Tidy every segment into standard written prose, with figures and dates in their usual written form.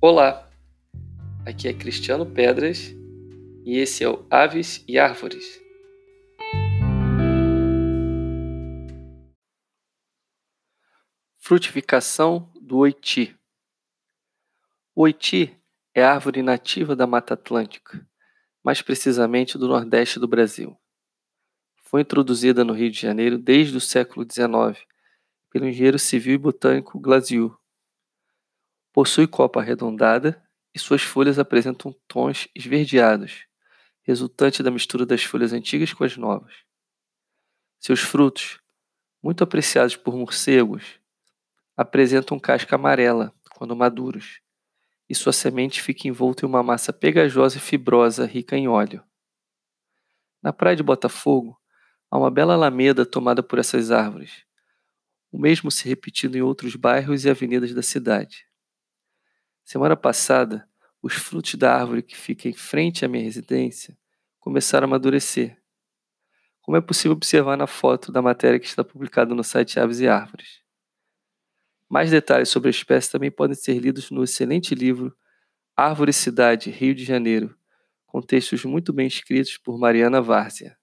Olá, aqui é Cristiano Pedras e esse é o Aves e Árvores. Frutificação do oiti. O oiti é a árvore nativa da Mata Atlântica, mais precisamente do Nordeste do Brasil. Foi introduzida no Rio de Janeiro desde o século XIX pelo engenheiro civil e botânico Glasiou. Possui copa arredondada e suas folhas apresentam tons esverdeados, resultante da mistura das folhas antigas com as novas. Seus frutos, muito apreciados por morcegos, apresentam casca amarela quando maduros, e sua semente fica envolta em uma massa pegajosa e fibrosa rica em óleo. Na praia de Botafogo, há uma bela alameda tomada por essas árvores, o mesmo se repetindo em outros bairros e avenidas da cidade. Semana passada, os frutos da árvore que fica em frente à minha residência começaram a amadurecer, como é possível observar na foto da matéria que está publicada no site Aves e Árvores. Mais detalhes sobre a espécie também podem ser lidos no excelente livro Árvore Cidade, Rio de Janeiro, com textos muito bem escritos por Mariana Várzea.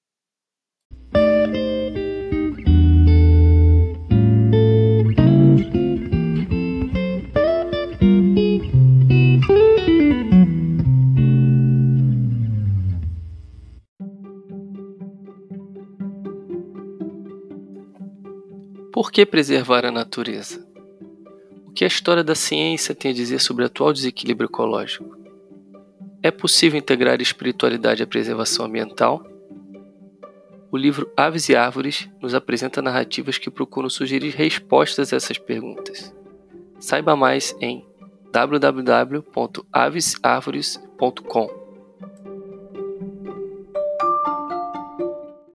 Por que preservar a natureza? O que a história da ciência tem a dizer sobre o atual desequilíbrio ecológico? É possível integrar espiritualidade à preservação ambiental? O livro Aves e Árvores nos apresenta narrativas que procuram sugerir respostas a essas perguntas. Saiba mais em www.avesarvores.com.